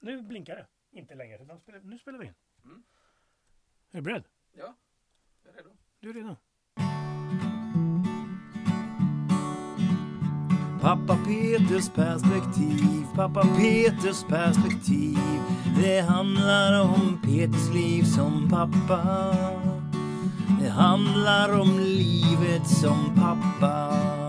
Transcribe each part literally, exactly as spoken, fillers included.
nu blinkar det. Inte längre, utan spelar, nu spelar vi in. Mm. Är du beredd? Ja, jag är redo. Du är redo. Pappa Peters perspektiv, pappa Peters perspektiv. Det handlar om Peters liv som pappa. Det handlar om livet som pappa.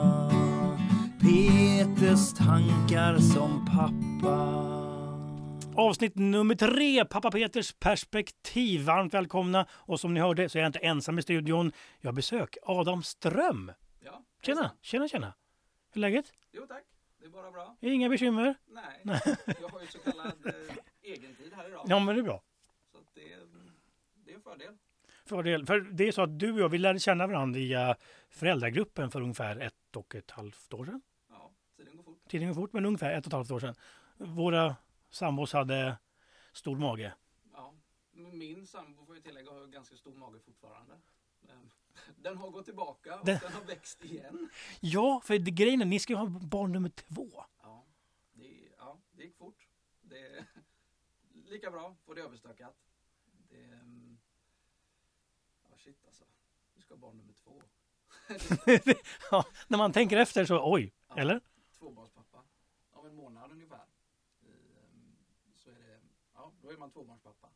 Peters tankar som pappa. Avsnitt nummer tre, pappa Peters perspektiv. Varmt välkomna. Och som ni hörde så är jag inte ensam i studion. Jag har besök Adam Ström. Ja, Tjena, tjena, tjena. Hur är läget? Jo tack, det är bara bra. Inga bekymmer? Nej, jag har ju så kallad eh, egentid här idag. Ja, men det är bra. Så att det, det är en fördel. Fördel. För det är så att du och jag, vi lärde känna varandra via föräldragruppen för ungefär ett och ett halvt år sedan. Ja, tiden går fort. Tiden går fort, men ungefär ett och ett halvt år sedan. Våra sambos hade stor mage. Ja, min sambo får jag tillägga har ganska stor mage fortfarande. Den har gått tillbaka och Den- den har växt igen. Ja, för det, grejen är, ni ska ju ha barn nummer två. Ja, det, ja, det gick fort. Det är lika bra, får det överstökat. Det, mm, ja shit alltså, vi ska ha barn nummer två. Ja, när man tänker efter så, oj, Ja, eller? Tvåbarnspappa. Om en månad ungefär. Ehm, Så är det, ja, då är man tvåbarnspappa.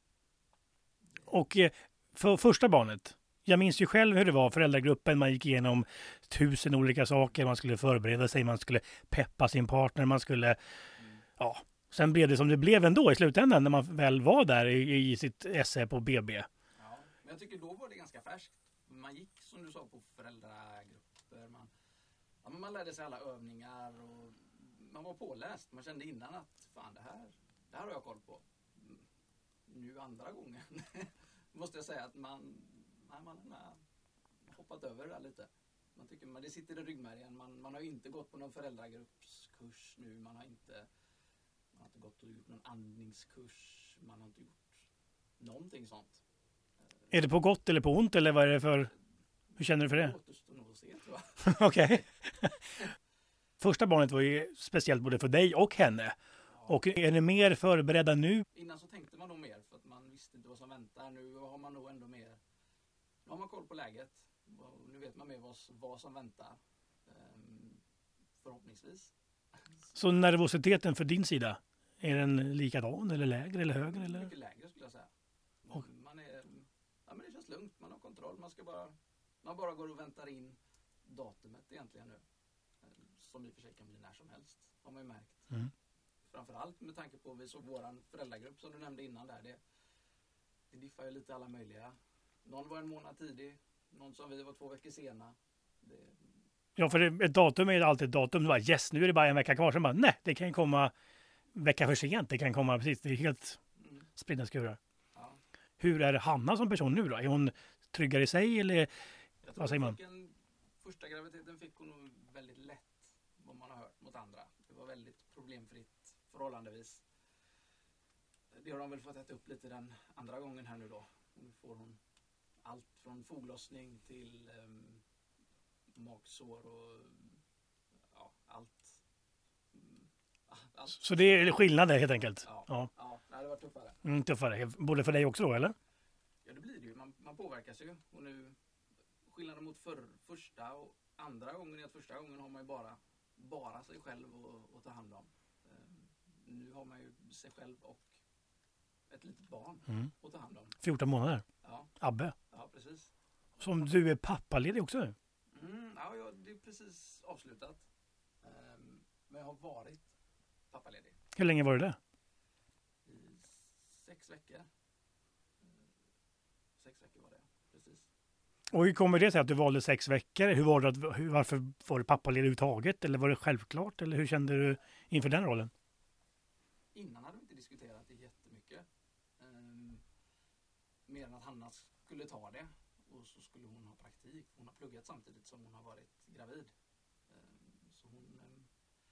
Och eh, för första barnet, jag minns ju själv hur det var, föräldragruppen, man gick igenom tusen olika saker, man skulle förbereda sig, man skulle peppa sin partner, man skulle, Mm. ja, sen blev det som det blev ändå i slutändan när man väl var där i, i sitt esse på B B. Ja, men jag tycker då var det ganska färskt. Man gick som du sa på föräldragrupper. Man, ja, men man lärde sig alla övningar och man var påläst. Man kände innan att fan det här, det här har jag koll på. Mm. Nu andra gången måste jag säga att man, nej, man har hoppat över det där lite. Man tycker man, det sitter i ryggmärgen. Man, man har inte gått på någon föräldragruppskurs nu. Man har inte, man har inte gått och gjort någon andningskurs. Man har inte gjort någonting sånt. Är det på gott eller på ont, eller vad är det för, hur känner du för det? Återstår nog att se, tror jag. Okej. Första barnet var ju speciellt både för dig och henne. Och är ni mer förberedda nu? Innan så tänkte man nog mer för att man visste inte vad som väntar. Nu har man nog ändå mer. Nu har man koll på läget. Och nu vet man mer vad, vad som väntar. Ehm, förhoppningsvis. Så nervositeten för din sida, är den likadan eller lägre eller högre? Eller? Mycket lägre skulle jag säga. Och- Man är, ja, men det känns lugnt. Man har kontroll. Man ska bara, man bara går och väntar in datumet egentligen nu. Ehm, Som i och för sig kan bli när som helst. Har man ju märkt. Mm. Framförallt med tanke på vi såg våran föräldragrupp som du nämnde innan där. Det, det diffar ju lite alla möjliga. Någon var en månad tidig. Någon som vi var två veckor sena. Det, Ja, för det, ett datum är alltid ett datum. Bara, yes, nu är det bara en vecka kvar. Sen bara, nej, det kan ju komma en vecka för sent. Det kan komma precis, det är helt mm, spridda skurar. ja. Hur är Hanna som person nu då? Är hon tryggare i sig eller? Jag tror Vad säger hon man? fick en, första graviditeten fick hon nog väldigt lätt. Vad man har hört mot andra. Det var väldigt problemfritt förhållandevis. Det har de väl fått äta upp lite den andra gången här nu då. Och nu får hon allt från foglossning till um, magsår och ja, allt. Mm, allt. Så det är skillnader helt enkelt. Ja, Ja. ja. Nej, det var tuffare. Mm, tuffare. Både för dig också då, eller? Ja, det blir det ju. Man, man påverkas ju. Och nu, skillnaden mot för, första och andra gången är att första gången har man ju bara, bara sig själv att, att ta hand om. Ehm, nu har man ju sig själv och ett litet barn Mm. att ta hand om. fjorton månader. Ja, Abbe. ja precis. Som du är pappaledig också nu. Mm, ja, ja, det är precis avslutat. Ehm, men jag har varit pappaledig Hur länge var det där? i sex veckor. Ehm, sex veckor var det, precis. Och hur kommer det sig att du valde sex veckor? Hur var det att, hur, varför var du pappaledig överhuvudtaget? Eller var det självklart? Eller hur kände du inför den rollen? Innan hade vi inte diskuterat det jättemycket. Ehm, mer än att Hanna skulle ta det. Och så skulle hon ha praktik. Hon har pluggat samtidigt som hon har varit gravid. Ehm, så hon... ehm,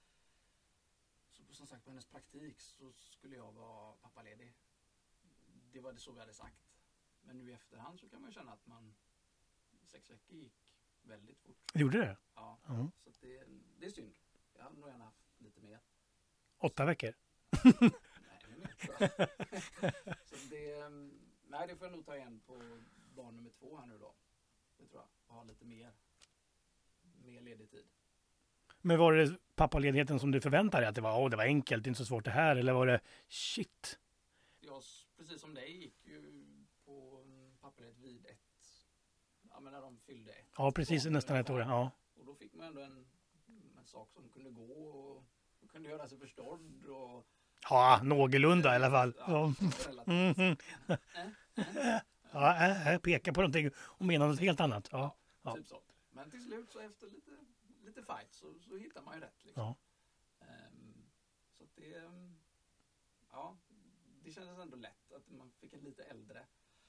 så som sagt på hennes praktik så skulle jag vara pappaledig. Det var det så vi hade sagt. Men nu i efterhand så kan man ju känna att man... Sex veckor gick väldigt fort. Du gjorde det? Ja, Ja. så att det, det är synd. Jag hade nog gärna haft lite mer. Åtta veckor? Nej, men jag tror Så det, nej, det får jag nog ta igen på barn nummer två här nu då. Det tror jag. Ha lite mer, mer ledig tid. Men var det pappaledigheten som du förväntade dig? Att det var, åh, det var enkelt, inte så svårt det här? Eller var det shit? Jag, precis som dig, gick ju på pappaledighet vid ett, ja men när de fyllde ett. Ja, precis, nästan ett år. Ja. Och då fick man ändå en, en sak som kunde gå och, och kunde göra sig förstådd. Och, Ja, någorlunda i alla fall. Ja, Ja. Mm. Ja, jag pekar på någonting och menar något helt annat. Ja. Ja. Typ så. Men till slut så efter lite, lite fight så, så hittar man ju rätt. Liksom. Ja. Um, så att det, um, ja, det kändes ändå lätt att man fick en lite äldre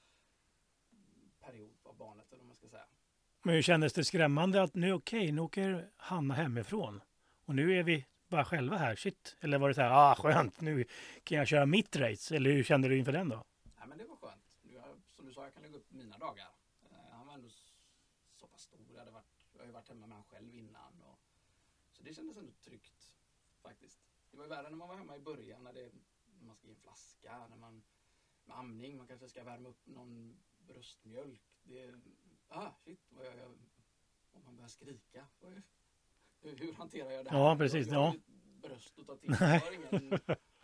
period av barnet, eller vad man ska säga. Men hur kändes det skrämmande att nu okej, okay, nu åker Hanna hemifrån och nu är vi bara själva här, shit. Eller var det så här, ah skönt, nu kan jag köra mitt race. Eller hur kände du inför den då? Nej, men det var skönt. Jag, som du sa, jag kan lägga upp mina dagar. Uh, han var ändå så pass stor. Jag, hade varit, jag har ju varit hemma med han själv innan. Och, så det kändes ändå tryggt faktiskt. Det var ju värre när man var hemma i början, när, det, när man ska ge en flaska, när man med amning, man kanske ska värma upp någon bröstmjölk. Det, ah shit, vad jag, jag, om man börjar skrika. Vad, hur, hur hanterar jag det här? Ja, precis. Jag, jag har ja. bröst att ta till. Jag har ingen,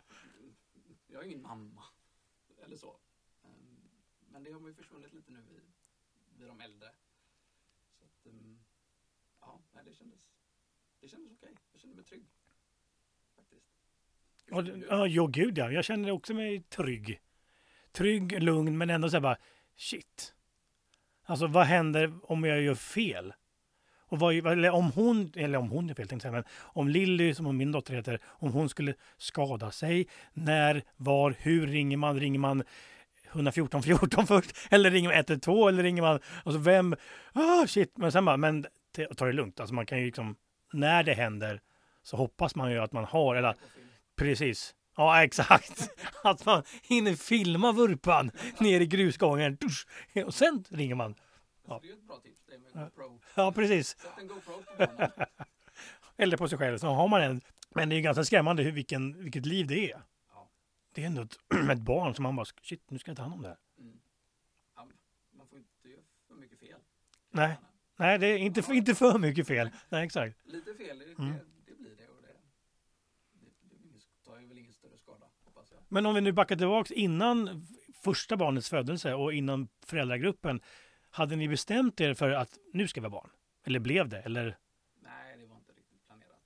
jag har ingen mamma. Eller så. Um, men det har ju försvunnit lite nu vid, vid de äldre. Så att, um, ja, nej, det kändes, det kändes okej. Jag kände mig trygg. Faktiskt. Ja, ja, jo, gud ja. Jag känner också mig trygg. Trygg, lugn, men ändå så här bara, shit. Alltså vad händer om jag gör fel? Och vad, eller om hon, eller om hon är fel, tänkte jag säga, men om Lilly, som min dotter heter, om hon skulle skada sig, när, var, hur ringer man? Ringer man ett ett fyra fjorton först? Eller ringer man ett ett två? Eller ringer man, alltså vem? Ah, shit. Men sen bara, men ta det lugnt. Alltså man kan ju liksom, när det händer så hoppas man ju att man har, eller precis. Ja, exakt. Att man hinner filma vurpan ner i grusgången. Och sen ringer man. Ja. Det är ett bra tips, det med GoPro. Ja, precis. Sätt en GoPro på barnen. Eller på sig själv, så har man en. Men det är ju ganska skrämmande hur, vilken, vilket liv det är. Ja. Det är ändå ett, ett barn som man bara, shit, nu ska jag ta hand om det här. Mm. Ja, man får inte göra för mycket fel. Nej, Nej det är inte, för, inte för mycket fel. Nej, exakt. Lite fel, det, Mm. det, det blir det. Och det, det, det tar ju väl ingen större skada, hoppas jag. Men om vi nu backar tillbaka innan första barnets födelse och innan föräldragruppen. Hade ni bestämt er för att nu ska vi ha barn? Eller blev det? Eller? Nej, det var inte riktigt planerat.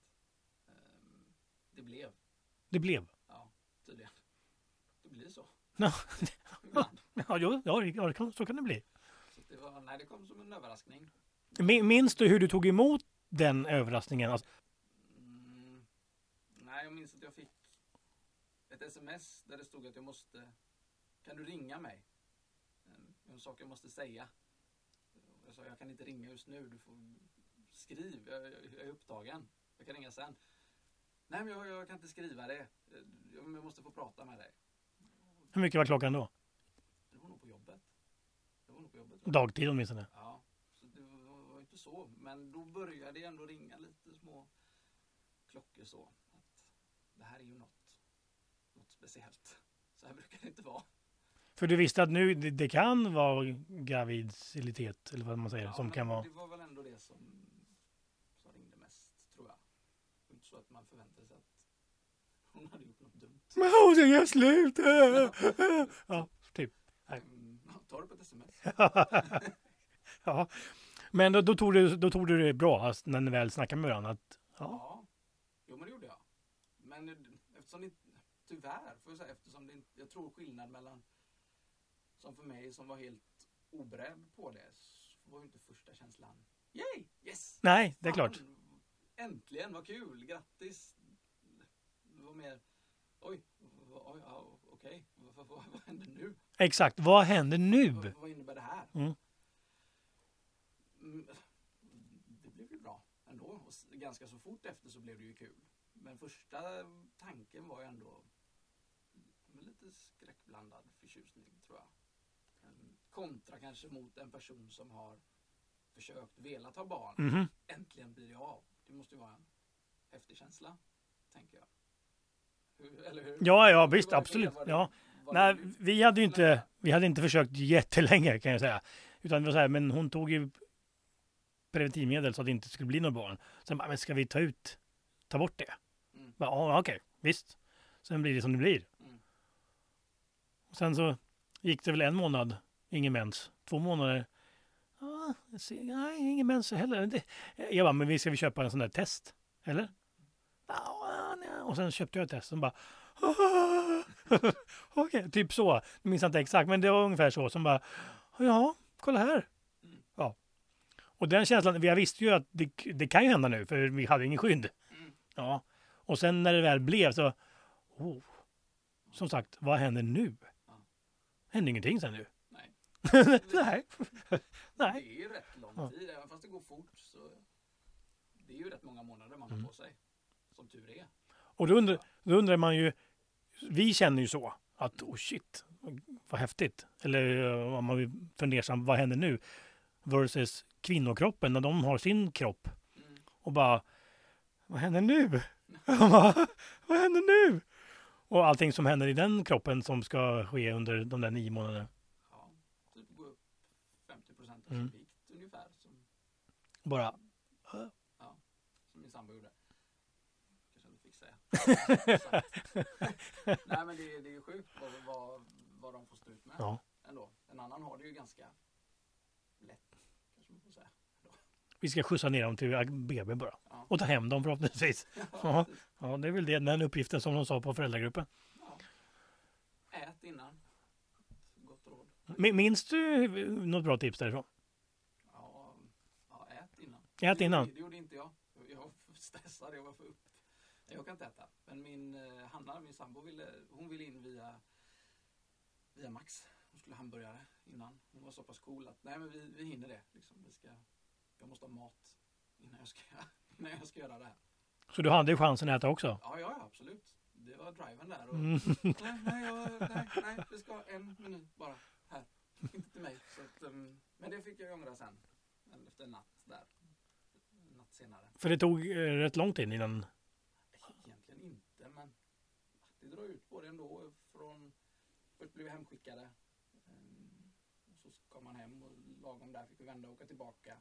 Um, det blev. Det blev? Ja, tydligen. Det blir så. Ja, Ibland. ja, jo, ja, ja det kan, så kan det bli. Så det, var, nej, det kom som en överraskning. Min- Minns du hur du tog emot den överraskningen? Alltså, Mm, nej, jag minns att jag fick ett sms där det stod att jag måste, kan du ringa mig? En, en sak jag måste säga. Jag sa, jag kan inte ringa just nu, du får skriv, jag, jag, jag är upptagen. Jag kan ringa sen. Nej, men jag, jag kan inte skriva det. Jag, jag måste få prata med dig. hur mycket var klockan då? Det var nog på jobbet. Det var nog på jobbet. va? Dagtid åtminstone. Ja, så det var, var inte så. Men då började det ändå ringa lite små klockor så. Att det här är ju något, något speciellt. Så här brukar det inte vara. För du visste att nu det, det kan vara graviditet eller vad man säger Ja, som men kan vara. det var väl ändå det som, som ringde mest, tror jag. Det var inte så att man förväntade sig att hon hade gjort något dumt. Men hon ska göra slut! Ja, typ. Mm, ja, ta det på ett sms. Ja. Men då, då, tog du, då tog du det bra alltså, när ni väl snackade med varandra. Att, ja. Ja, jo men det gjorde jag. Men eh, eftersom det inte, tyvärr, får jag säga, eftersom det inte, jag tror skillnad mellan, som för mig som var helt oberedd på det, så var ju inte första känslan, yay, yes! Nej, det är Fan, klart. Äntligen, vad kul, grattis! Det var mer, oj, oj ja, okej, vad, vad, vad, vad händer nu? Exakt, vad händer nu? Vad, vad innebär det här? Mm. Mm, det blev ju bra ändå. Och s- ganska så fort efter så blev det ju kul. Men första tanken var ju ändå med lite skräckblandad förtjusning, tror jag. Ehm, Kontra kanske mot en person som har försökt, velat ha barn. Mhm. Äntligen blir det av. Det måste ju vara en häftig känsla, tänker jag. Hur, eller hur? Ja, ja, Hur visst, var det absolut. för er? Var det- Ja. var det Nej, lyft? vi hade ju inte, vi hade inte försökt jättelänge kan jag säga. Utan det var så här, men hon tog ju preventivmedel så att det inte skulle bli några barn. Sen bara, men ska vi ta ut, ta bort det? Mm. Bara, ja, okej, visst. Sen blir det som det blir. Mm. Och sen så gick det väl en månad, ingen mens. Två månader, ja, jag ser- nej, ingen mens heller. Det, jag bara, men vi ska vi köpa en sån där test? Eller? Ja, nej. Och sen köpte jag ett test och bara, okej, typ så. Jag minns inte exakt, men det var ungefär så. Som bara, ja, kolla här. Mm. Ja. Och den känslan, vi visste ju att det, det kan ju hända nu, för vi hade ingen skydd. Mm. Ja. Och sen när det väl blev så, oh, som sagt, vad händer nu? Ja. Händer ingenting sen nu. Nej. Nej. Det Nej. är ju rätt lång Ja. tid, även fast det går fort så det är ju rätt många månader man har Mm. på sig. Som tur är. Och då undrar, då undrar man ju, vi känner ju så, att oh shit, vad häftigt. Eller eh, om man blir fundersam, vad händer nu? Versus kvinnokroppen, när de har sin kropp. Mm. Och bara, vad händer nu? Bara, vad händer nu? Och allting som händer i den kroppen som ska ske under de där nio månaderna. Ja, typ gå upp femtio procent av Mm. sin vikt ungefär. Som, Bara, som min sambo gjorde. Kanske inte fick säga. Exakt. Nej men det, är- det är ju sjukt vad, vad, vad de får stå ut med ja. ändå. En annan har det ju ganska lätt. Kanske man får säga. Vi ska skjutsa ner dem till B B bara. Ja. Och ta hem dem förhoppningsvis. Ja. Ja, det är väl det, den uppgiften som de sa på föräldragruppen. Ja. Ät innan. Gott råd. Mi- Minns du något bra tips därifrån? Ja, ja, ät innan. Ät det, innan? Gjorde, det gjorde inte jag. Jag var för stressad, jag var för upp. Jag kan inte äta. Men min eh, Hanna, min sambo, ville, hon ville in via, via Max. Hon skulle ha hamburgare innan. Hon var så pass cool att nej men vi, vi hinner det. Liksom. Vi ska, jag måste ha mat innan jag, ska, innan jag ska göra det här. Så du hade chansen att äta också? Ja, ja, ja, absolut. Det var driven där. Och, Mm. nej, nej, jag, nej, nej, vi ska ha en minut bara här. Inte till mig. Så att, um, men det fick jag ångra sen. Efter en natt där. En natt senare. För det tog eh, rätt lång tid innan. Egentligen inte, men det drar ut på det ändå. Från, först blev vi hemskickade. Um, och så kom man hem och lagom där fick vi vända och åka tillbaka.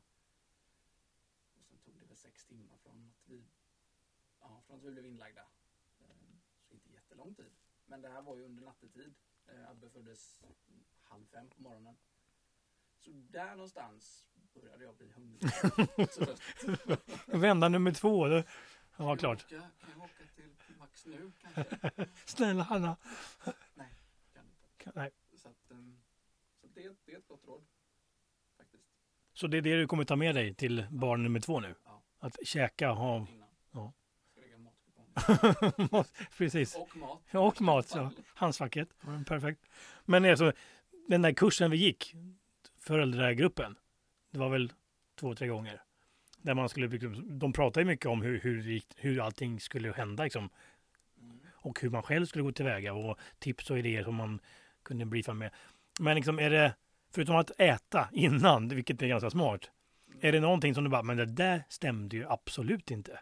Och sen tog det väl sex timmar från att vi, ja, från att vi blev inlagda. Um, så inte jättelång tid. Men det här var ju under nattetid. Uh, Abbe föddes halv fem på morgonen. Så där någonstans började jag bli hungrig. Så, Vända nummer två. Då. Ja, kan jag klart. Åka, kan jag åka till Max nu kanske? Snälla Hanna. Nej, kan inte. Kan- Nej. Så, att, um, så det, är- det är ett gott råd. Faktiskt. Så det är det du kommer ta med dig till barn nummer två nu? Ja. Att käka, ha... Innan. Ja. Ska lägga matkupong. Precis. Och mat. Och mat, så. Handskfacket. Ja, perfekt. Men alltså, den där kursen vi gick, föräldragruppen, det var väl två, tre gånger. Där man skulle, liksom- de pratade ju mycket om hur, hur, det gick- hur allting skulle hända liksom, Mm. och hur man själv skulle gå tillväga och tips och idéer som man kunde briefa med. Men liksom är det, förutom att äta innan, vilket är ganska smart, är det någonting som du bara, men det där stämde ju absolut inte.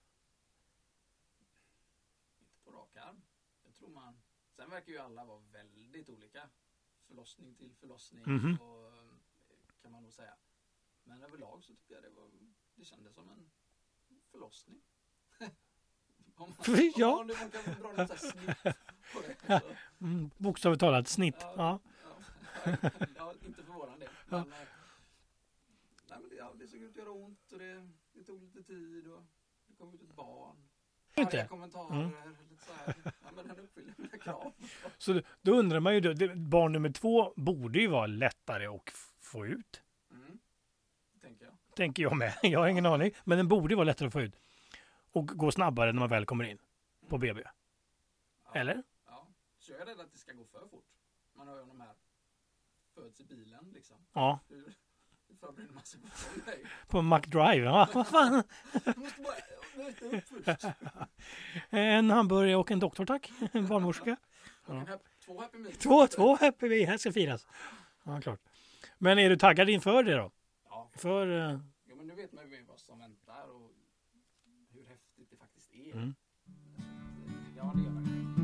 Inte på rak arm. Jag tror man... Sen verkar ju alla vara väldigt olika. Förlossning till förlossning. Mhm. Och, um, kan man nog säga. Men överlag så tycker jag det var... Det kändes som en förlossning. om man, Ja. om man, man kan dra något så här snitt på det. Så, Mm, bokstavligt talat, snitt. Ja. ja, ja, ja, inte för våran del. Ja. Men, eh, nej, men det, ja, det såg ut att göra ont och det, det tog lite tid och det kom ut ett barn. Inte? Arga kommentarer, lite så här. Ja, men den uppfyller mina krav. Så då undrar man ju, då, det, barn nummer två borde ju vara lättare att f- få ut. Mm. Det tänker jag. Tänker jag med. Jag har ingen aning. Men den borde vara lättare att få ut. Och gå snabbare när man väl kommer in på B B. Ja, Eller? Ja. Så jag är rädd att det ska gå för fort. Man hör ju om de här föds i bilen liksom. Ja, Hur, hur förbereder man sig på sån grej? på McDrive. Ja, vad fan. Jag måste bara äta upp först. En hamburgare och en doktor, tack. En barnmorska. Och en happy, två Happy Meal. Två, två Happy Meal. Här ska firas. Ja, klart. Men är du taggad inför det då? Ja. För... eh, Ja, men nu vet man ju vad som väntar och hur häftigt det faktiskt är. Mm. Ja, det gör man.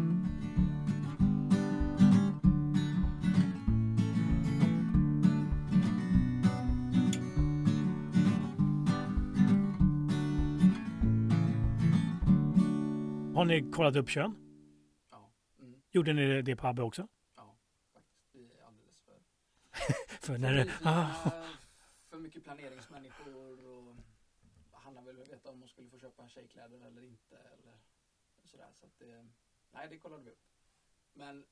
Har ni kollat upp kön? Ja. Mm. Gjorde ni det på Abbe också? Ja, faktiskt. Vi är alldeles för... För när det... Ah. För mycket planeringsmänniskor och Hanna vill väl veta om hon skulle få köpa tjejkläder eller inte eller sådär. Så att det, nej, det kollade vi upp. Men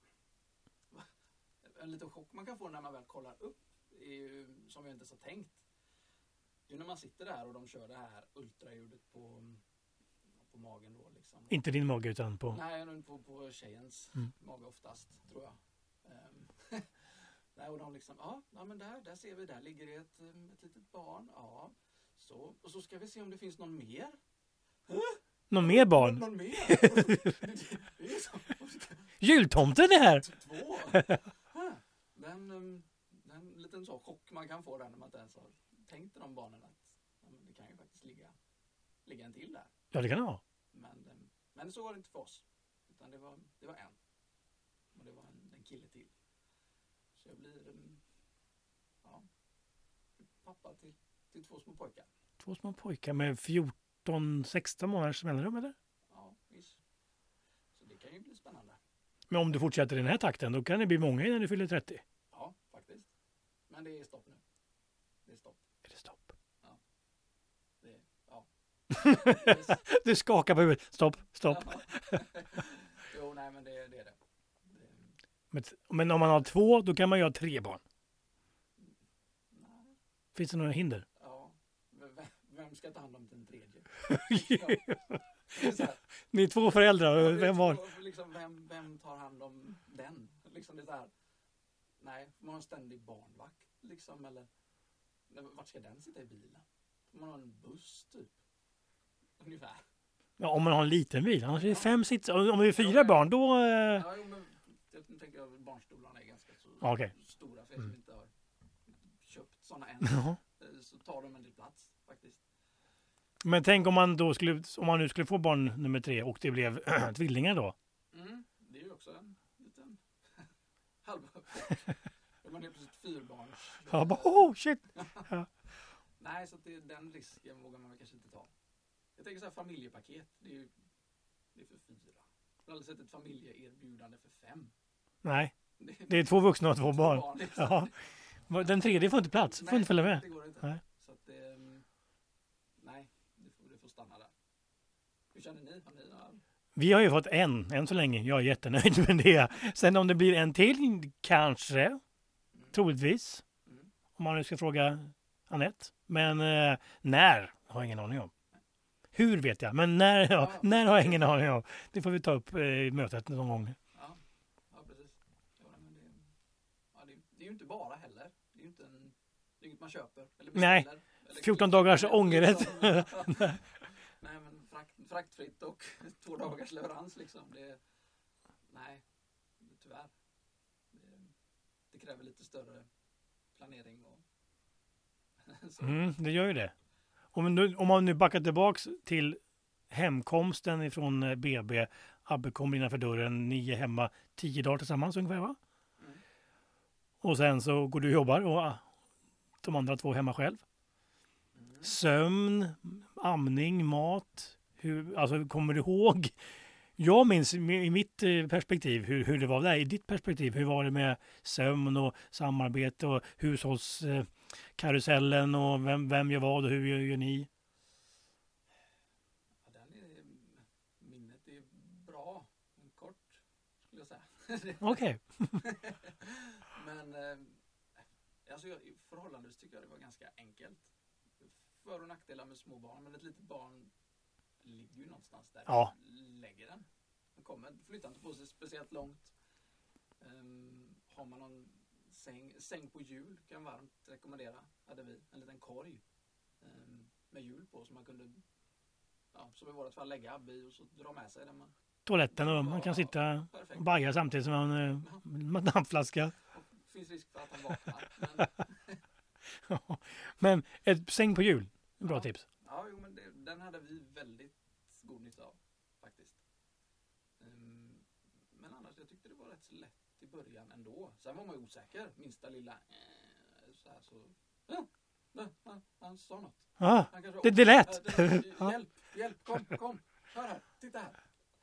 en liten chock man kan få när man väl kollar upp är ju, som jag inte ens har tänkt. Det är när man sitter där och de kör det här ultraljudet på, på magen då liksom. Inte din mage utan på... Nej, på, på tjejens Mm. mage oftast, tror jag. Um, nej, och de liksom, ja, ja men där, där ser vi, där ligger det ett, ett litet barn. Ja, så. Och så ska vi se om det finns någon mer. Någon mer barn? Någon mer? Det är så. Jultomten är här! Två. Den, um, den liten så chock man kan få där när man inte ens har tänkt till de barnen att ja, det kan ju faktiskt ligga, ligga en till där. Ja, det kan det vara. Men, um, men så var det inte för oss. Utan det var, det var en. Och det var en, en kille till. Så jag blir um, ja, pappa till, till två små pojkar. Två små pojkar med fjorton sexton månaders mellanrum, eller? Ja, visst. Så det kan ju bli spännande. Men om du fortsätter i den här takten, då kan det bli många innan du fyller trettio. Ja, faktiskt. Men det är stopp nu. Det är stopp. Är det stopp? Det är, ja. Du skakar på huvudet. Stopp, stopp. Ja. Jo, nej, men det, det är det. det Men, men om man har två, då kan man ju ha tre barn. nej. Finns det några hinder? Ja. Vem, vem ska ta hand om den tredje? Ja. Det är så här, Ni är två föräldrar. ja, och Vem var? två, liksom, vem, vem tar hand om den? Liksom det är så här, nej, man har en ständig barnvakt. Liksom, eller nej, vart ska den sitta i bilen? Man har en buss, typ. Ungefär. Ja, om man har en liten bil. Annars är det fem sitsar. Om det är fyra barn, då... Eh... Ja, jo, men jag tänker att barnstolarna är ganska så Ja, okej. stora för er som inte har köpt sådana än. Jaha. Så tar de en del plats faktiskt. Men tänk om man då skulle, om man nu skulle få barn nummer tre och det blev tvillingar då. Mm, det är ju också en liten halv. Om man är plötsligt fyrbarns. Ja, bara, oh shit. Ja. Nej, så att det, den risken vågar man väl kanske inte ta. Jag tänker så här, familjepaket, det är ju det är för fyra. Jag har aldrig sett ett familjeerbjudande för fem. Nej, Det, det är två vuxna och två barn. barn liksom. Ja. Den tredje får inte plats, får Nej, inte följa med. det går inte. Nej. Så att det, mm, nej, det får, det får stanna där. Hur känner ni? Har ni några? Vi har ju fått en, än så länge. Jag är jättenöjd med det. Sen om det blir en till, kanske, Mm. troligtvis. Mm. Om man nu ska fråga Anette. Men eh, när har jag ingen aning om. Hur vet jag, men när, ja, Ja. när har jag ingen aning om. Det får vi ta upp eh, i mötet någon gång. Ja, ja precis. Ja, men det, ja, det, det är ju inte bara heller. Det är ju inte en, det är inget man köper. Eller Nej, beställer, eller fjorton klickar. dagars Nej, ångerrätt. liksom. Nej, men frakt, fraktfritt och två dagars leverans liksom. Det, nej, tyvärr. Det, det kräver lite större planering och så. Mm, det gör ju det. Om, nu, om man nu backar tillbaks till hemkomsten ifrån eh, B B. Abbe kommer innanför dörren, ni är hemma tio dagar tillsammans ungefär, va? Mm. Och sen så går du och jobbar och ah, de andra två hemma själv. Mm. Sömn, amning, mat. Hur, alltså, kommer du ihåg? Jag minns i i mitt eh, perspektiv hur, hur det var där. I ditt perspektiv, hur var det med sömn och samarbete och hushållskarusellen och vem, vem gör vad och hur gör, gör ni? Ja, den är, minnet är bra, men kort skulle jag säga. Okej. Men eh, alltså jag, förhållandevis tycker jag det var ganska enkelt. För- och nackdelar med små barn, men ett litet barn ligger ju någonstans där. Ja. Lägger den. Den kommer, flyttar inte på sig speciellt långt. Um, har man någon säng, säng på hjul kan jag varmt rekommendera. Hade vi en liten korg um, med hjul på som man kunde, ja, som i vårat fall lägga Abbe i och så dra med sig den. Man, Toaletten och man kan sitta perfekt. och baja samtidigt som man eh, med en nappflaska. Och finns risk för att han vaknar. Men, Men ett säng på hjul, en bra Ja. tips. ja, jo, men det, den hade vi väldigt god nytta av faktiskt. Um, men annars, jag tyckte det var rätt så lätt i början ändå. Sen var man ju osäker. Minsta lilla eh, så här så. Ja, ja, ja, han sa något. Ja, Han kanske, det, det är lätt. "Åh, äh, det- Ja. Hjälp, hjälp, kom, kom. Hör här, titta här.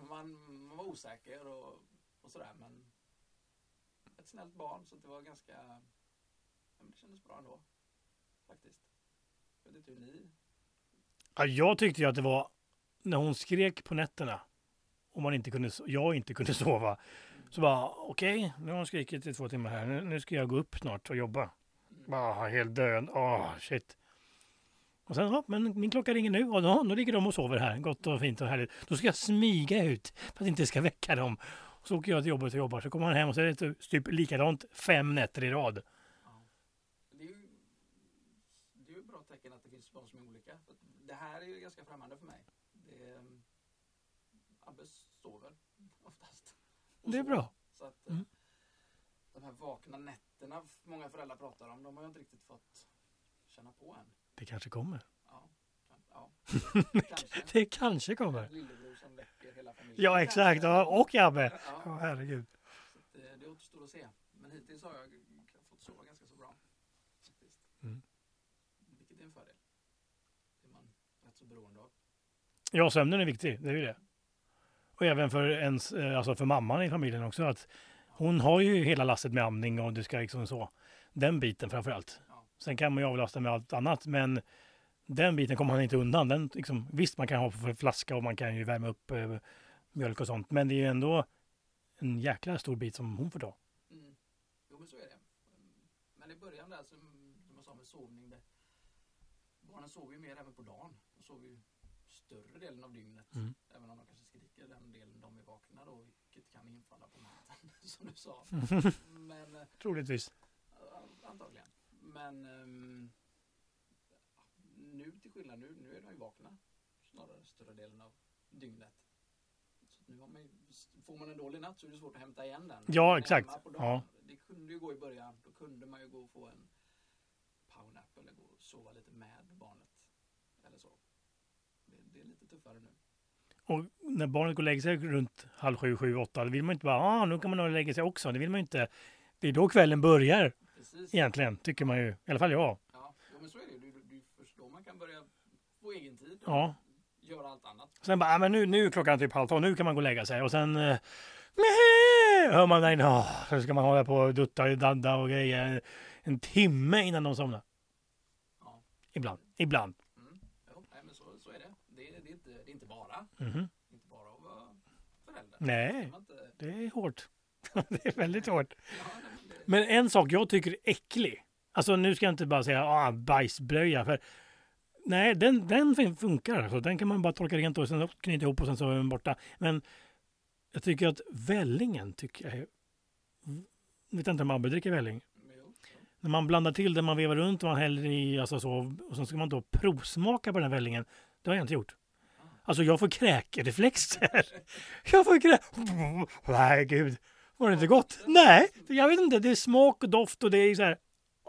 man, man var osäker och, och sådär, men ett snällt barn, så det var ganska, ja, men det kändes bra ändå, faktiskt. Jag vet inte hur ni... Ja, jag tyckte ju att det var när hon skrek på nätterna och man inte kunde, jag inte kunde sova. Så bara, okej, okay, nu har hon skrikit i två timmar här. Nu, nu ska jag gå upp snart och jobba. Mm. Bara helt död. Åh, oh, shit. Och sen, ja, men min klocka ringer nu och då, då ligger de och sover här. Gott och fint och härligt. Då ska jag smyga ut för att inte ska väcka dem. Så åker jag till jobbet och jobbar. Så kommer han hem och så är det typ likadant fem nätter i rad. Ja. Det är ju det är ju ett bra tecken att det finns barn som är olika. För det här är ju ganska främmande för mig. Det är, Abbe sover oftast. Och Det är så. bra. Så att Mm. de här vakna nätterna många föräldrar pratar om, de har ju inte riktigt fått känna på än. Det kanske kommer. Ja, kan, ja. Kanske. Det kanske kommer. Lillebror som väcker hela familjen. Ja, exakt. Ja, och Abbe. Ja. Ja, herregud. Så att, eh, det återstår att se. Men hittills har jag fått sova ganska så bra. Faktiskt. Mm. Vilket är en fördel. Det är man rätt så beroende av. Ja, sömnen är viktig. Det är ju det. Och även för, ens, eh, alltså för mamman i familjen också. Att hon har ju hela lasset med amning och det ska liksom så. Den biten framför allt. Ja. Sen kan man ju avlasta med allt annat. Men den biten kommer han inte undan. Den, liksom, visst, man kan ha för flaska och man kan ju värma upp eh, mjölk och sånt. Men det är ju ändå en jäkla stor bit som hon får ta. Mm. Jo, men så är det. Men i början där, som, som jag sa med sovning, det, barnen sover ju mer även på dagen. De sover ju större delen av dygnet. Mm. Även om de kanske skriker den delen de är vakna då, vilket kan infalla på natten, som du sa. Men, eh, Troligtvis. antagligen. Men um, nu till skillnad, nu, nu är de ju vakna snarare större delen av dygnet. Så nu har man ju, får man en dålig natt så är det svårt att hämta igen den. Ja, Man är exakt. hemma på dagen. Ja. Det kunde ju gå i början. Då kunde man ju gå och få en powernap eller gå och sova lite med barnet. Eller så. Det, det är lite tuffare nu. Och när barnet går och lägger sig runt halv sju, sju, åtta, då vill man inte bara, ah, nu kan man nog lägga sig också. Det vill man inte. Det är då kvällen börjar Precis. egentligen, tycker man ju. I alla fall jag. Ja, jo, men så är det. Du, du, du förstår, man kan börja få egen tid. Ja. Göra allt annat. Sen bara, ah, men nu, nu är klockan typ halv tolv, nu kan man gå och lägga sig. Och sen eh, hör man den, oh, så ska man hålla på och dutta och dadda och grejer en timme innan de somnar. Ja. Ibland, ibland. Mm. Jo, nej, men så, så är det. Det, är- det, är inte, det är inte bara. Mhm. Det är inte bara att vara förälder. Nej. Det man inte, Det är hårt. Det är väldigt hårt. ja, nej, men det, Men en sak jag tycker är äcklig. Alltså nu ska jag inte bara säga ah, bajsblöja. För nej, den, den fun- funkar. Alltså, den kan man bara torka rent och sen knyta ihop och sen så är den borta. Men jag tycker att vällingen tycker jag är... Jag vet inte om Abbe dricker välling. men jo, jo. När man blandar till det, man vevar runt och man häller i, alltså så, och sen ska man då provsmaka på den här vällingen. Det har jag inte gjort. Alltså jag får kräkreflex där. Jag får kräk... Nej gud, var det inte gott? Nej, jag vet inte. Det är smak och doft och det är så här...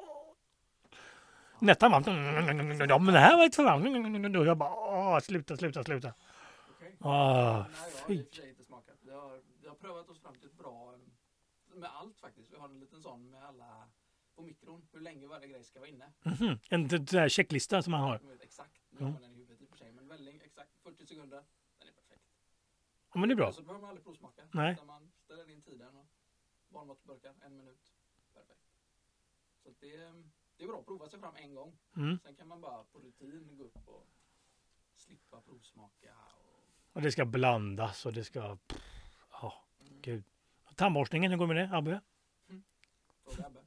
Nettan var... Ja, men det här var ett förvandling. Och jag bara, åh, sluta, sluta, sluta. Okej. Åh, Nej, jag har i fy. och för sig inte smakat. Vi har, vi har prövat oss fram till ett bra, med allt faktiskt. Vi har en liten sån med alla på mikron. Hur länge varje grej ska vara inne. Mhm. En sån där checklista som man har. Jag vet exakt. Nu Ja. har man den i huvudet i och för sig. Men väldigt exakt fyrtio sekunder. Den är perfekt. Ja, men det är bra. Så behöver man aldrig provsmaka. Nej. Utan man ställer in tiden och barnmatsburkar, en minut. Perfekt. Så att det, det är bra att prova sig fram en gång. Mm. Sen kan man bara på rutin gå upp och slippa provsmaka. Och, Och det ska blandas och det ska... Ja, mm, gud. Tandborstningen, hur går det med det, Abbe? fråga Abbe.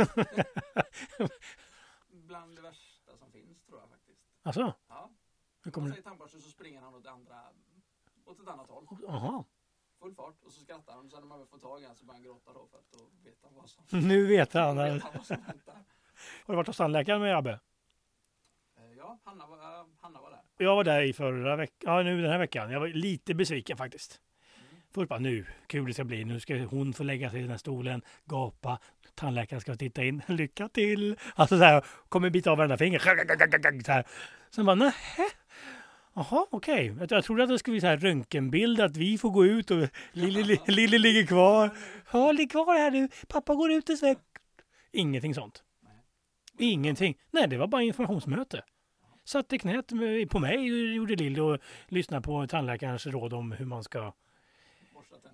Bland det värsta som finns tror jag faktiskt. Alltså, Ja. hur Om kommer man det? säger tandborste så springer han åt, andra, åt ett annat håll. Jaha, Full fart. Och så skrattar han. Och sen när man väl får tag i honom så börjar han gråta då. För att då vet han vad som, nu vet han. då Har vet han vad som väntar. du varit hos tandläkaren med Abbe? Eh, Ja, Hanna var, äh, Hanna var där. Jag var där i förra veckan, ja nu den här veckan. Jag var lite besviken faktiskt. Först bara nu, kul det ska bli. Nu ska hon få lägga sig i den här stolen, gapa. Tandläkaren ska titta in. Lycka till! Alltså så här, kommer bita av varenda finger. Så här. Sen bara, nähä? Jaha, okej. Okay. Jag, jag trodde att det skulle bli så här röntgenbild, att vi får gå ut och Lille, Lille ligger kvar. Ja, ligg kvar här nu. Pappa går ut en sväng. Ingenting sånt. Nej. Ingenting. Nej, det var bara informationsmöte. Satt i knät med- på mig och gjorde lill och lyssnade på tandläkarens råd om hur man ska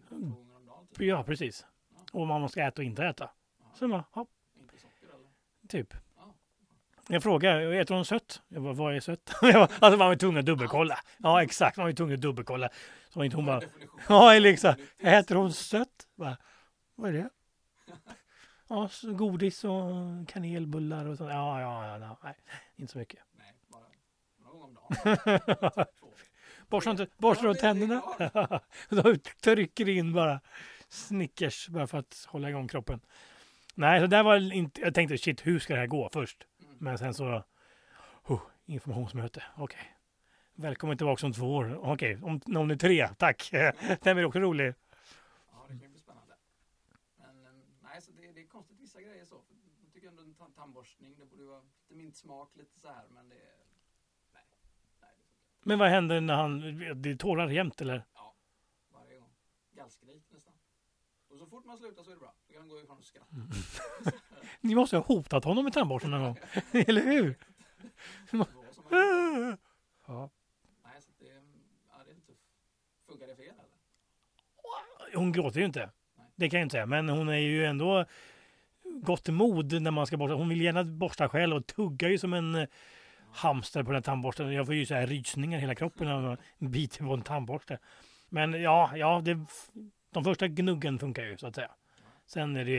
två gånger om dagen. Typ. Ja, precis. Och man måste äta och inte äta. Så man, ja, Inte socker eller? typ. Ja. Jag frågar, äter hon sött? Jag bara, vad är sött? Jag bara, alltså man var ju tvungen att dubbelkolla. Ja, exakt, man var ju tvungen att dubbelkolla. Så var inte hon bara, ja, liksom, äter hon sött? Bara, vad är det? Ja, så godis och kanelbullar och sånt. Ja, ja, ja, ja, nej, inte så mycket. Nej, bara några gånger om dagen. Borstar inte, borstar du tänderna? Då trycker in bara Snickers bara för att hålla igång kroppen. Nej, så där var inte, jag tänkte shit, hur ska det här gå först? Mm. Men sen så, oh, informationsmöte, okej. Okay. Välkommen tillbaka om två år. Okej, okay. om, om det är tre, tack. Den är också rolig. Ja, det kan bli spännande. Men eh, nej, så det, det är konstigt vissa grejer så. För jag tycker ändå en tand- tandborstning, det borde vara lite mint smak, lite så här, men det är, nej. Nej, det funkar. Men vad händer när han, det tårar jämt eller? Ja, varje gång. Gallskrik nästan. Och så fort man slutar så är det bra. Då kan man gå ifrån och skratta. Mm. Ni måste ha hotat honom med tandborsten någon gång. Eller hur? Det var som man- Ja. Nej, så det, ja, det är inte... Funkar det fel eller? Hon gråter ju inte. Det kan jag inte säga. Men hon är ju ändå gott mod när man ska borsta. Hon vill gärna borsta själv och tuggar ju som en eh, hamster på den tandborsten. Jag får ju så här rysningar i hela kroppen när man biter på en tandborste. Men ja, ja det, de första gnuggen funkar ju så att säga. Sen är det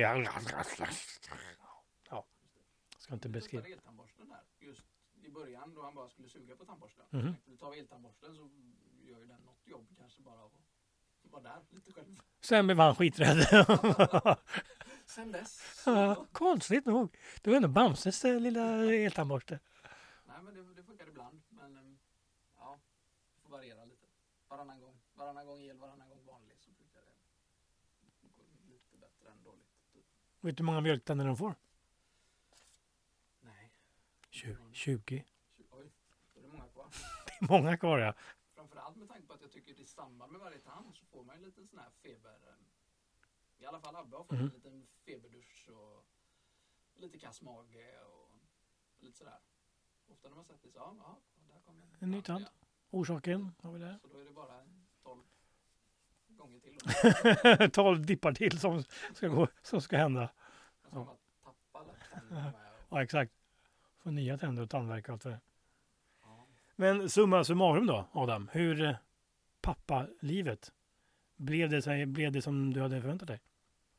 ja, ska inte beskriva. Du eltandborsten där, just i början då han bara skulle suga på tandborsten. Mhm. Du tar eltandborsten så gör ju den något jobb kanske bara av att vara där lite själv. Sen blev han skiträdd. Sen dess. Ja, konstigt nog. Det var ändå Bamses eh, lilla eltandborste. Nej, men det, det funkar ibland. Men äm, ja, det får variera lite. Varannan gång. Varannan gång el, varannan gång vanlig så brukar det gå lite bättre än dåligt. Typ. Vet du hur många mjölktänder de får? Nej. tjugo. tjugo. Oj, då är det många kvar. Det är många kvar ja. Framförallt med tanke på att jag tycker att i samband med varje tand så får man en liten sån här feber. äm, I alla fall Abbe har fått Mhm. en liten feberdusch och lite kass mage och lite sådär. Ofta när man sett det så, ja, ja där kommer En ny tand. Orsaken har vi där. Så då är det bara tolv gånger till. Då. tolv dippar till som ska, gå, som ska hända. Man ska bara tappa alla tänderna med. Och, Ja, exakt. Få nya tänder och tandvärk och allt för det. ja. Men summa summarum då, Adam. Hur eh, pappalivet, blev det, så- blev det som du hade förväntat dig?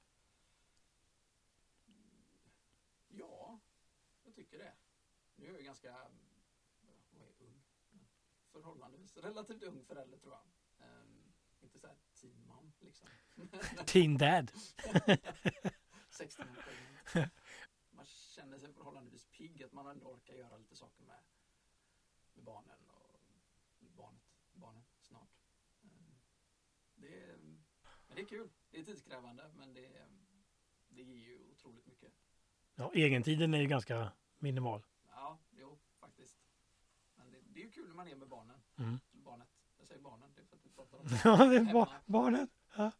ja, jag tycker det. Nu är jag ju ganska, vad är ung? Förhållandevis relativt ung förälder tror jag. Ehm, inte så här teen mom liksom. Teen dad. sexton år. Man känner sig förhållandevis pigg, att man ändå orkar göra lite saker med, med barnen och barnet, barnen snart. Ehm, Det är, men det är kul. Det är tidskrävande, men det, det ger ju otroligt mycket. Ja, egentiden är ju ganska minimal. Ja, jo, faktiskt. Men det, det är ju kul när man är med barnen. Mm. Barnet. Jag säger barnen, det är för att vi pratar om Ja, det är hemma. ba- barnen. Ja.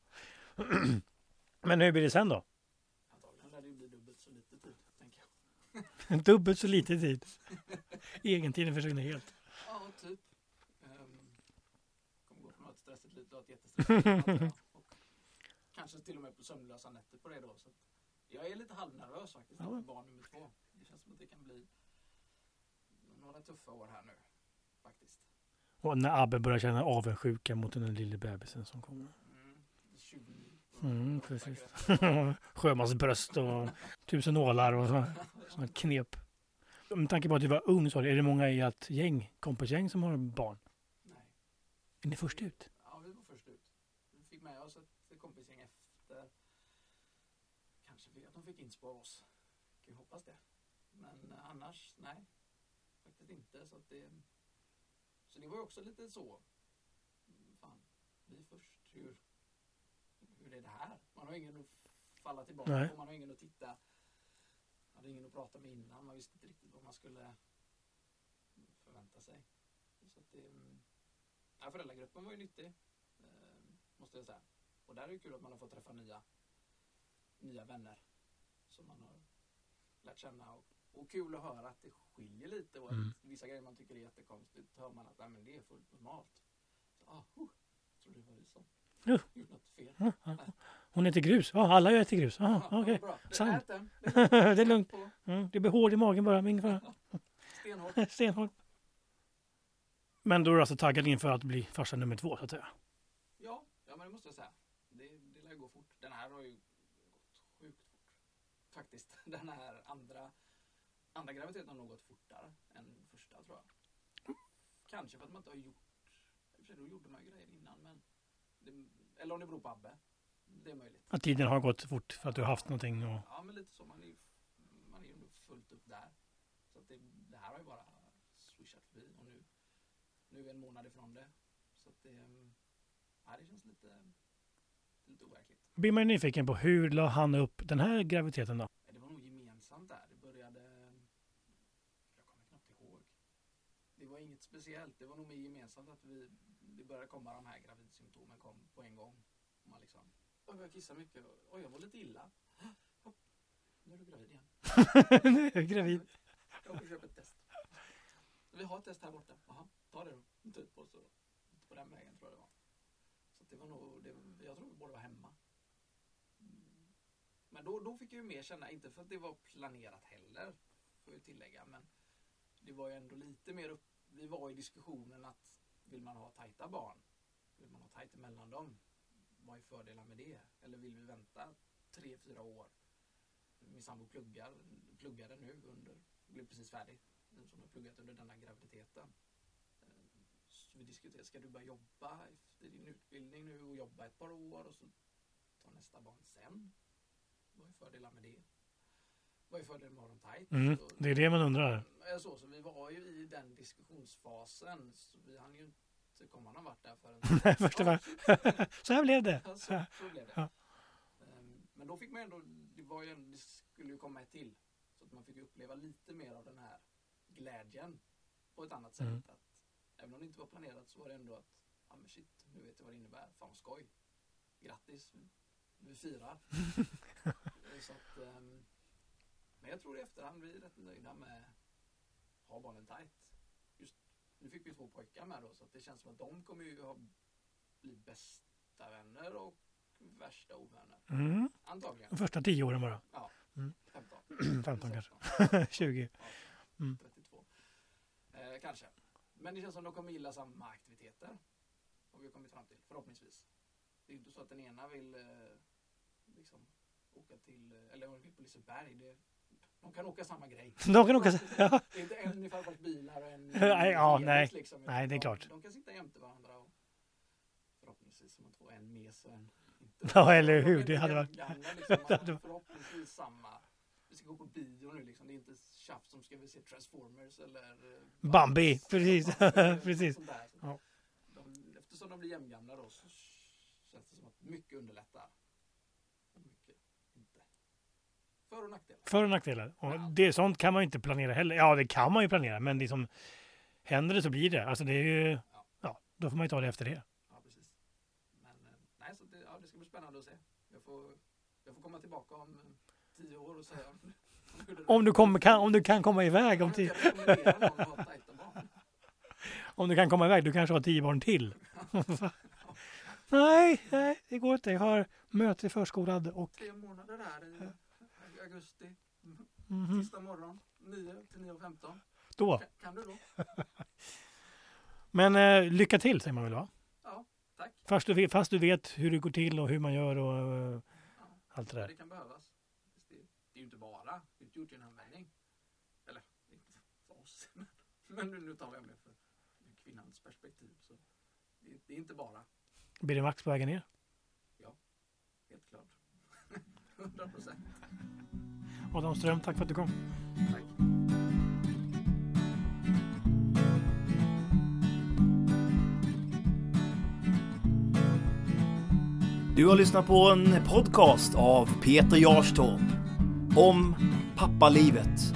Men hur blir det sen då? Antagligen lär det ju bli dubbelt så lite tid, tänker jag. Dubbelt så lite tid. Egentiden försvinner helt. Ja, typ. Um, kommer gå från att ha ett stressigt liv till att ha ett jättestressigt liv. Och kanske till och med på sömnlösa nätter på det då. Så att jag är lite halvnervös faktiskt Ja. inför barn nummer två. Det känns som att det kan bli några tuffa år här nu, faktiskt. Och när Abbe börjar känna avundsjuka mot den där lilla bebisen som kommer. Mm, tjugonio. Mm, precis. Sjömansbröst och tusen ålar och så, såna knep. Med tanke på att du var ung så är det många i ett gäng, kompisgäng som har barn. Nej. Är ni först ut? Ja, vi var först ut. Vi fick med oss ett kompisgäng efter. Kanske vi, att de fick inspo av oss. Kan ju hoppas det. Men eh, annars, nej. Faktiskt inte. Så, att det, så det var ju också lite så. mm, Fan, vi först. Hur, hur är det här? Man har ingen att falla tillbaka Nej. på. Man har ingen att titta. Man hade ingen att prata med innan. Man visste inte riktigt vad man skulle förvänta sig. Så att det... mm, Ja, föräldragruppen var ju nyttig, eh, måste jag säga. Och där är det kul att man har fått träffa nya, nya vänner som man har lärt känna. Och, och kul att höra att det skiljer lite och att Mm. vissa grejer man tycker är jättekonstigt hör man att nej, men det är fullt normalt. Så, ah, huh, jag tror det var vi som Jo. gjort något fel. Ja, ja. Hon äter grus. Ja, alla äter grus. Ja, Ja, okej. bra. Det- Sant. ät den. Det är Det är lugnt. på Mm, det blir hål i magen bara, men ingen fara. stenhårt. Stenhård. Men då är du alltså taggad inför att bli farsa nummer två, så att säga. Ja, ja, men det måste jag säga. Det, det lär gå fort. Den här har ju gått sjukt fort. Faktiskt. Den här andra, andra graviditeten har nog gått fortare än första, tror jag. Kanske för att man inte har gjort... I och för sig, då gjorde man ju grejer innan, men... Det, eller om det beror på Abbe. Det är möjligt. Att tiden har gått fort för att du har haft någonting. Och... Ja, men lite så. Man är ju man är ju fullt upp där. Så att det, det här har ju bara swishat förbi. Och nu, nu är en månad ifrån det. Så att det... Ja, det känns lite... lite overkligt. Blir man nyfiken på hur la han upp den här graviditeten då? Det var nog gemensamt där. Det började... Jag kommer knappt ihåg. Det var inget speciellt. Det var nog mer gemensamt att vi... Det började komma de här gravidsymptomen kom på en gång. Och man liksom... Oj, jag kissar mycket. Oj, jag var lite illa. Hopp. Nu är du gravid igen. Nu är jag gravid. Jag får köpa ett test. Vi har ett test här borta. Jaha, ta det då. Typ och så på den vägen tror jag det var. Så det var nog... Det, jag tror vi båda var hemma. Men då, då fick jag ju mer känna, inte för att det var planerat heller, får jag tillägga, men det var ju ändå lite mer upp, vi var i diskussionen att vill man ha tajta barn, vill man ha tajt emellan dem, vad är fördelar med det? Eller vill vi vänta tre, fyra år? Min sambo pluggar, pluggade nu under, blev precis färdig, som har pluggat under denna graviditeten. Så vi diskuterade, ska du börja jobba efter din utbildning nu och jobba ett par år och så ta nästa barn sen? Vad är fördelar med det? Vad är fördelen med att ha dem tajt? Mm, Så, det är det man undrar. så, så vi var ju i den diskussionsfasen. Så vi hann ju inte komma någon vart där förrän... Nej, första var. Så här blev det. Ja, så, så blev det. Ja. Um, men då fick man ändå... Det, var ju, det skulle ju komma ett till. Så att man fick uppleva lite mer av den här glädjen på ett annat sätt. Mm. Att, även om det inte var planerat så var det ändå att ja men shit, nu vet jag vad det innebär. Fan vad skoj. Grattis. Vi firar. Så att, um, men jag tror i efterhand vi är rätt nöjda med att ha barnen tajt. Just, nu fick vi två pojkar med då, så att det känns som att de kommer ju ha blivit bästa vänner och värsta ovänner. Mm. Antagligen. De första tio åren bara. Ja, Mm. femton. femton kanske. sexton. tjugo. Ja, Mm. trettiotvå. Eh, kanske. Men det känns som att de kommer gilla samma aktiviteter. Har vi kommit fram till, förhoppningsvis. Det är inte så att den ena vill eh, liksom åka till, eller hon vill på Liseberg. Det, de kan åka samma grej. De kan åka... Ja. Det är inte en i farfars bilar och en i Nej, ja, ledigt, nej. liksom. Nej, det är de, klart. De kan sitta jämte varandra och förhoppningsvis som att få en mes och en inte. Ja, eller De hur? är Det hade varit... jämngamla, liksom. Man Det hade har varit- förhoppningsvis samma. Vi ska gå på bio nu liksom. Det är inte tjafs som ska vi se Transformers eller eh, Bambi, Bamse, precis. eller Precis. sånt där. Ja. De, eftersom de blir jämngamla då så känns det som att mycket underlättar. Och mycket inte. För- och nackdelar. För- och nackdelar. Och Ja. det, sånt kan man ju inte planera heller. Ja, det kan man ju planera, men det som händer det så blir det. Alltså det är ju... Ja, då får man ju ta det efter det. Ja, precis. Men eh, nej, så det, ja, det ska bli spännande att se. Jag får, jag får komma tillbaka om eh, tio år och säga hur det- Om du, kommer, kan, om du kan komma iväg om Jag tio... kan rekommendera någon att ha tajta barn. Om du kan komma iväg, du kanske har tio barn till. nej, nej, det går inte. Jag har möte i förskolan och... Tre månader där i augusti. Mhm. Sista morgon. nio till nio och femton. Då. Kan, kan du då? Men eh, lycka till, säger man väl, va? Ja, tack. Fast du, vet, fast du vet hur det går till och hur man gör och eh, Ja, allt det där. det kan behövas. Det, det är ju inte bara. Det är inte gjort i en handvändning. Eller, inte för oss. Men nu, nu tar jag med för kvinnans perspektiv. Så det, det är inte bara. Blir det max på vägen ner? Helt klart. hundra procent. Adam Ström, tack för att du kom. Tack. Du har lyssnat på en podcast av Peter Jarstorp om pappalivet.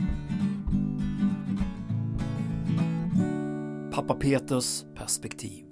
Pappa Peters perspektiv.